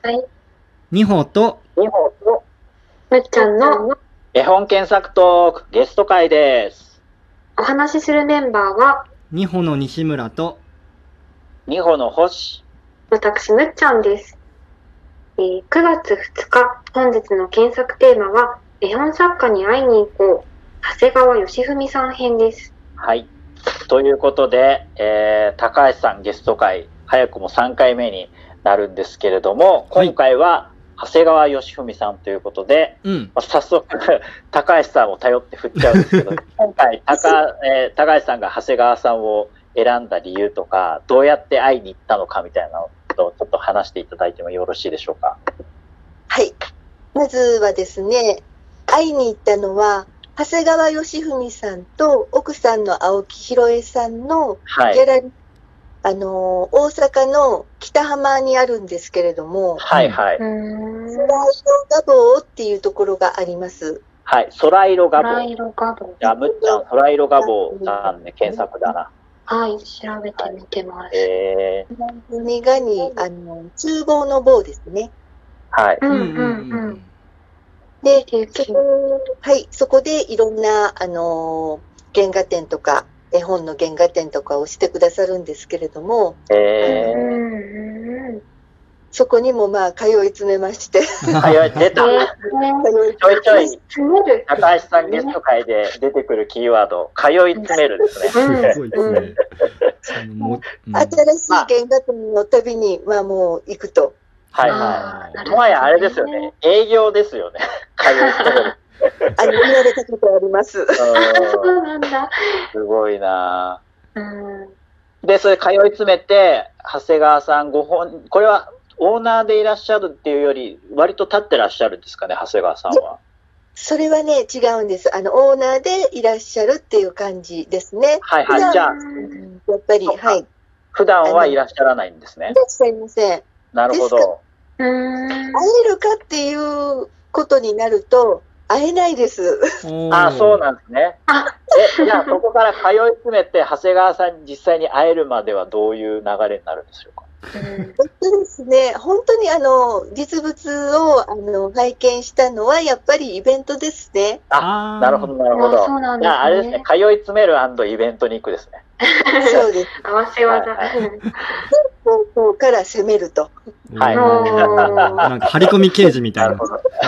はい。 二歩とむっちゃんの絵本検索トークゲスト会です。 お話しするメンバーは二歩の西村と二歩の星。 私むっちゃんです。9月2日、本日の検索テーマは絵本作家に会いに行こう、長谷川義文さん編です。 はい。ということで、高橋さんゲスト会、早くも3回目になるんですけれども、今回は長谷川義文さんということで、早速高橋さんを頼って振っちゃうんですけど、今回高橋さんが長谷川さんを選んだ理由とか、どうやって会いに行ったのかみたいなのをちょっと話していただいてもよろしいでしょうか。 はい。まずはですね、会いに行ったのは、長谷川義文さんと奥さんの青木ひろえさんのギャラリー、大阪の北浜にあるんですけれども、 はいはい。 空色画房っていうところがあります。 はい、空色画房。 空色画房。 じゃあ、むっちゃん、空色画房さんで検索だな。 はい、調べてみてます。 海がに、厨房の房ですね。 はい。 で、そこでいろんな、原画展とか、絵本の原画展とかをしてくださるんですけれども、そこにもまあ通い詰めまして。 出た。ちょいちょい、高橋さんゲスト会で出てくるキーワード、通い詰めるですね。 すごいですね。新しい原画展のたびに、まあもう行くと。 はいはい。もはやあれですよね。営業ですよね。通い詰める。 言われたことあります。 そうなんだ。 すごいな。で、それ通い詰めて、長谷川さんご本、これはオーナーでいらっしゃるっていうより、割と立ってらっしゃるんですかね、長谷川さんは。 それはね、違うんです。オーナーでいらっしゃるっていう感じですね。 はいはい。じゃあ、 やっぱり、はい。 普段はいらっしゃらないんですね。 いらっしゃいません。 なるほど。 会えるかっていうことになると、会えないです。 あ、そうなんですね。じゃあそこから通い詰めて、長谷川さんに実際に会えるまではどういう流れになるんでしょうか。 ですね、本当に実物を拝見したのはやっぱりイベントですね。 あ、なるほどなるほど。じゃああれですね、通い詰める&イベントに行くですね。 そうです。 合わせ技。 方向から攻めると。 はい。 なんか張り込み刑事みたいな。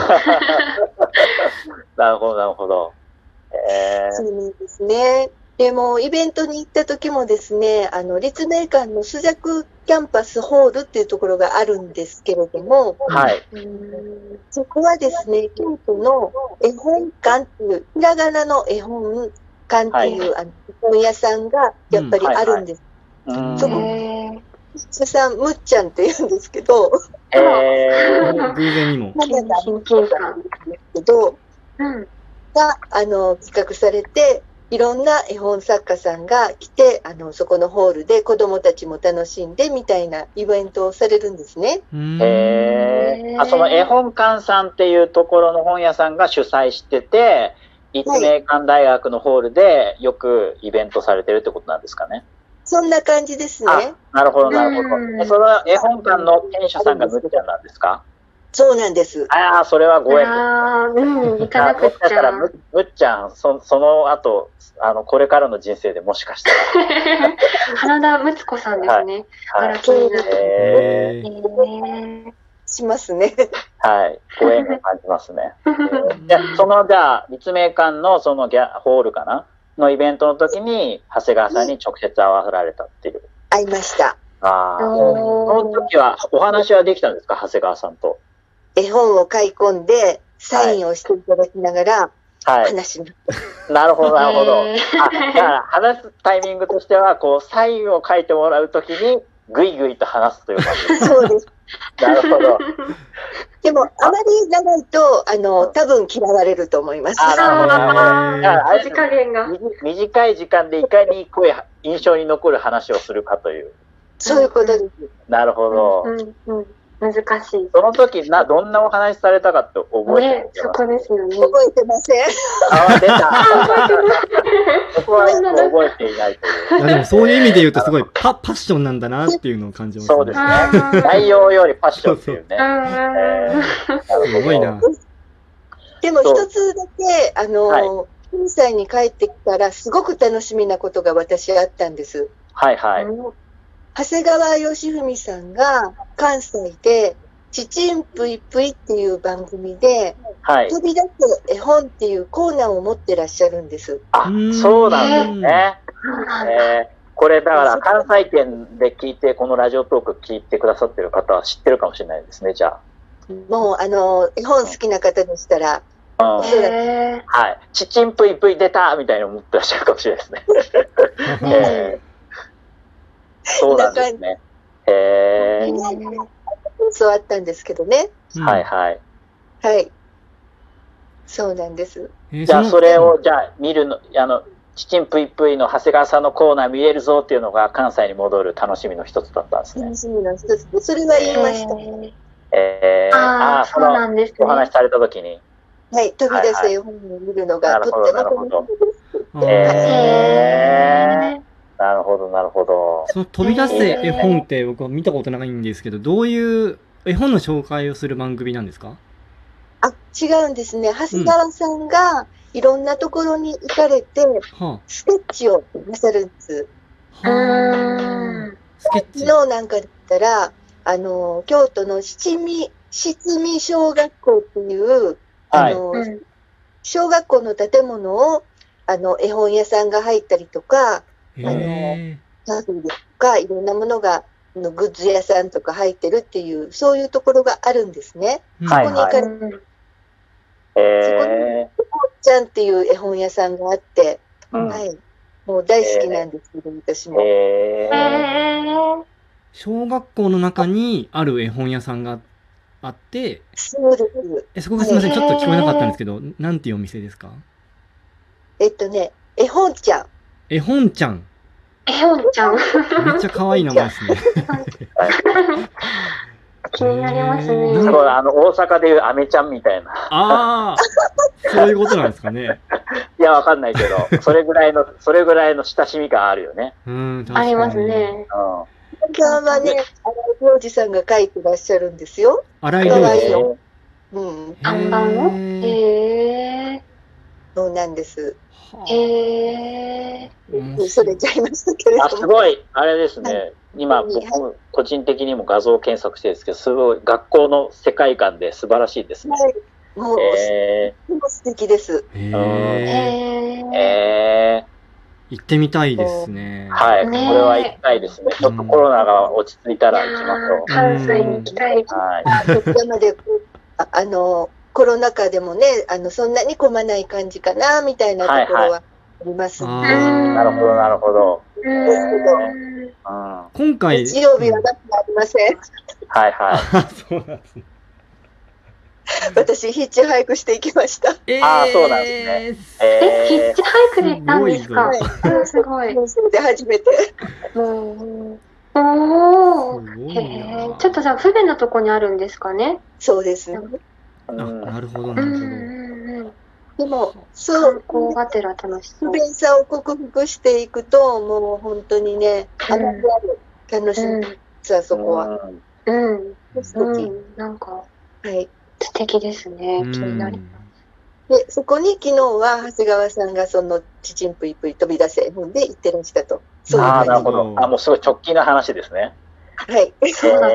なるほどなるほど。 そうなんですね。でもイベントに行った時もですね、立命館の朱雀キャンパスホールっていうところがあるんですけれども、 はい。 そこはですね、京都の絵本館っていう、ひらがなの絵本館っていう、本屋さんがやっぱりあるんです。そこ、さん、むっちゃんって言うんですけど、 偶然にも。 親近感ですけど、が、企画されて、いろんな絵本作家さんが来て、そこのホールで子供たちも楽しんでみたいなイベントをされるんですね。 その絵本館さんっていうところの本屋さんが主催してて、立命館大学のホールでよくイベントされてるってことなんですかね。 そんな感じですね。 なるほど、なるほど。その絵本館の店主さんがむっちゃんなんですか？ そうなんです。 ああ、それはご縁。 行かなくっちゃ。 むっちゃん、その後、これからの人生でもしかしたら。 花田睦子さんですね。 はい。 しますね。 はい。ご縁を感じますね。じゃあ、立命館のそのホールかなのイベントの時に、長谷川さんに直接会わられたっていう。 会いました。 その時は、お話はできたんですか、長谷川さんと。 絵本を買い込んで、サインをしていただきながら、話します。 なるほど、なるほど。だから話すタイミングとしては、サインを書いてもらうときに、ぐいぐいと話すという感じです。 そうです。 なるほど。 でも、あまり長いと、多分嫌われると思います。 味加減が。 短い時間でいかに印象に残る話をするかという。 そういうことです。 なるほど。 難しい。 その時どんなお話されたかって覚えてます？ そこですよね。 覚えてません。 あ、出た。僕は覚えていないという。 いやでもそういう意味で言うとすごいパッションなんだなっていうのを感じますね。 そうですね。内容よりパッションっていうね。 すごいな。 でも一つだけ、関西に帰ってきたらすごく楽しみなことが私あったんです。 はいはい。 長谷川義文さんが関西で、ちちんぷいぷいっていう番組で、飛び出す絵本っていうコーナーを持ってらっしゃるんです。 あ、そうなんですね。これだから関西圏で聞いて、このラジオトーク聞いてくださってる方は知ってるかもしれないですね、じゃあ。 もう絵本好きな方でしたら、 はい。ちちんぷいぷい出たみたいな思ってらっしゃるかもしれないですね。そうなんですね。 そうあったんですけどね。 はいはい。 はい。そうなんです。 じゃあそれを見るの、ちちんぷいぷいの長谷川さんのコーナー見れるぞっていうのが関西に戻る楽しみの一つだったんですね。 楽しみの一つで、それは言いました。 そうなんですね。 お話しされたときに。 はい、飛び出す絵本を見るのがとっても楽しみです。 なるほど、なるほど。 その飛び出す絵本って僕は見たことないんですけど、どういう絵本の紹介をする番組なんですか？ 違うんですね。長谷川さんがいろんなところに行かれて、スケッチをなさるんです。 スケッチ。 昨日なんかだったら、京都の七味小学校っていう、小学校の建物を、絵本屋さんが入ったりとか、カフェとか、いろんなものが、グッズ屋さんとか入ってるっていう、そういうところがあるんですね。そこに行かれて、そこに、おちゃんっていう絵本屋さんがあって、はい。もう大好きなんですけど、私も。 小学校の中にある絵本屋さんがあって、 そうです。 そこがすみません、ちょっと聞こえなかったんですけど、なんていうお店ですか？ 絵本ちゃん。 絵本ちゃん。 絵本ちゃん。 めっちゃ可愛い名前ですね。 気になりますね。 大阪でいうアメちゃんみたいな。 ああ、そういうことなんですかね。 いや、わかんないけど、それぐらいの親しみ感あるよね。 ありますね。 さんはね、荒井良二さんが書いてらっしゃるんですよ。 荒井良二さん。 看板の？ そうなんです。 それちゃいましたけれども。 すごい、あれですね。今、僕、個人的にも画像検索してるんですけど、すごい、学校の世界観で素晴らしいですね。 もう、素敵です。 行ってみたいですね。 はい、これは行きたいですね。ちょっとコロナが落ち着いたら行きましょう。 関西に行きたい。 なので、コロナ禍でもね、そんなに混まない感じかな、みたいなところはありますね。 なるほど、なるほど。 今回。 日曜日はなくありません。 はいはい。 そうなんですね。 私、ヒッチハイクしていきました。 そうなんですね。 ヒッチハイクで行ったんですか？すごい。 で、初めて。 ちょっとじゃあ、不便なとこにあるんですかね？ そうですね。 なるほど、なるほど。でも、 観光がてら楽しそう。 不便さを克服していくと、もう本当にね、楽しみさ、そこは。 なんか、 はい。 素敵ですね。気になります。 で、そこに昨日は長谷川さんがそのちちんぷいぷい飛び出せ絵本で行ってらしたと。 なるほど。もうすごい直近の話ですね。 はい。 そうだった。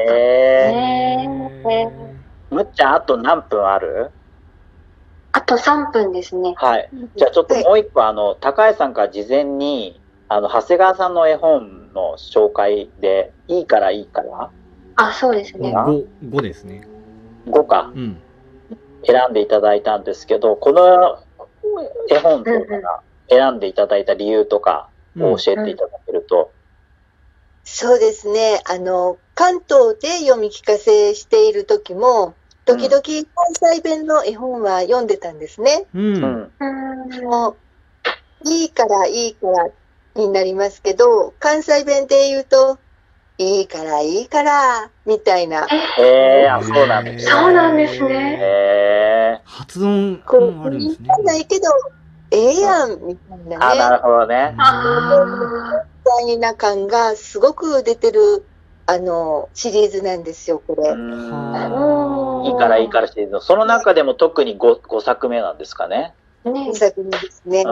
むっちゃん、あと何分ある？ あと3分ですね。 はい。じゃあちょっともう一個、高橋さんから事前に、長谷川さんの絵本の紹介で、いいからいいから。 そうですね。 5ですね。 5か。選んでいただいたんですけど、この絵本とか選んでいただいた理由とかを教えていただけると。 そうですね。関東で読み聞かせしている時も、時々関西弁の絵本は読んでたんですね。もういいからいいからになりますけど、関西弁で言うと、 いいから、みたいな。 そうなんですね。 そうなんですね。 発音もあるんですね。 ないけど、やん、みたいなね。 なるほどね。 みたいな感がすごく出てる、シリーズなんですよ、これ。 いいからシリーズの。その中でも特に 5作目なんですかね。 5作目ですね。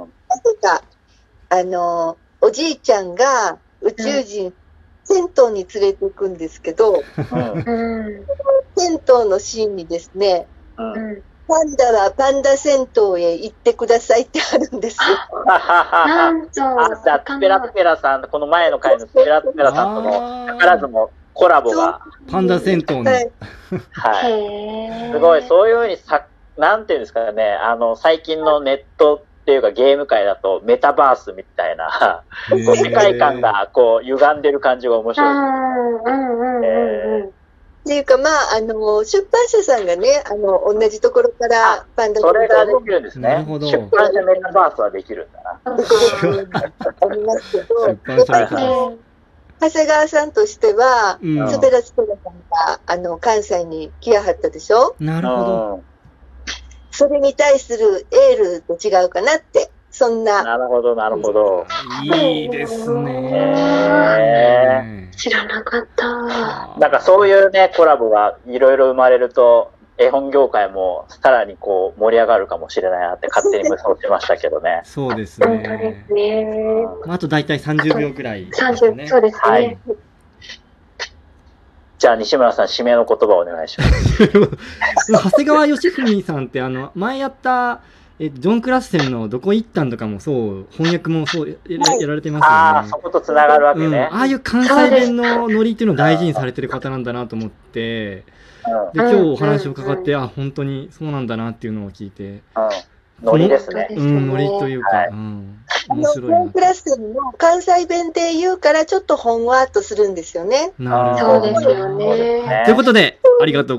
おじいちゃんが宇宙人、銭湯に連れて行くんですけど、銭湯のシーンにですね、パンダはパンダ銭湯へ行ってくださいってあるんですよ。 なんと、 スペラスペラさん、この前の回のスペラスペラさんとの宝相撲コラボが。 パンダ銭湯の。 はい。すごい、そういうふうになんていうんですかね、最近のネットっていうかゲーム界だとメタバースみたいな、世界観がこう歪んでる感じが面白い。 っていうか、まあ、出版社さんがね、同じところからパンダそれができるんですね。出版社メタバースはできるんだな。 ありますけど、長谷川さんとしては、スペラスペラさんが、関西に来やはったでしょ？ なるほど。 それに対するエールと違うかなって、そんな。 なるほど、なるほど。 いいですね。 知らなかった。 なんかそういうね、コラボがいろいろ生まれると、絵本業界もさらにこう盛り上がるかもしれないなって勝手に無双しましたけどね。 そうですね。 本当ですね。 あと大体30秒くらいですね。 そうですね。はい。 じゃあ西村さん、締めの言葉をお願いします。 長谷川義文さんって前やったジョン・クラッセンのどこ行ったんとかもそう翻訳もそう やられてますよね。 そことつながるわけね。 ああいう関西弁のノリっていうのを大事にされてる方なんだなと思って、で今日お話を伺って本当にそうなんだなっていうのを聞いて、 ノリですね。 ノリというか、面白いな。 ジョン・クラッセンの関西弁で言うからちょっとほんわっとするんですよね。 なるほど。そうですよね。 ということでありがとうございます。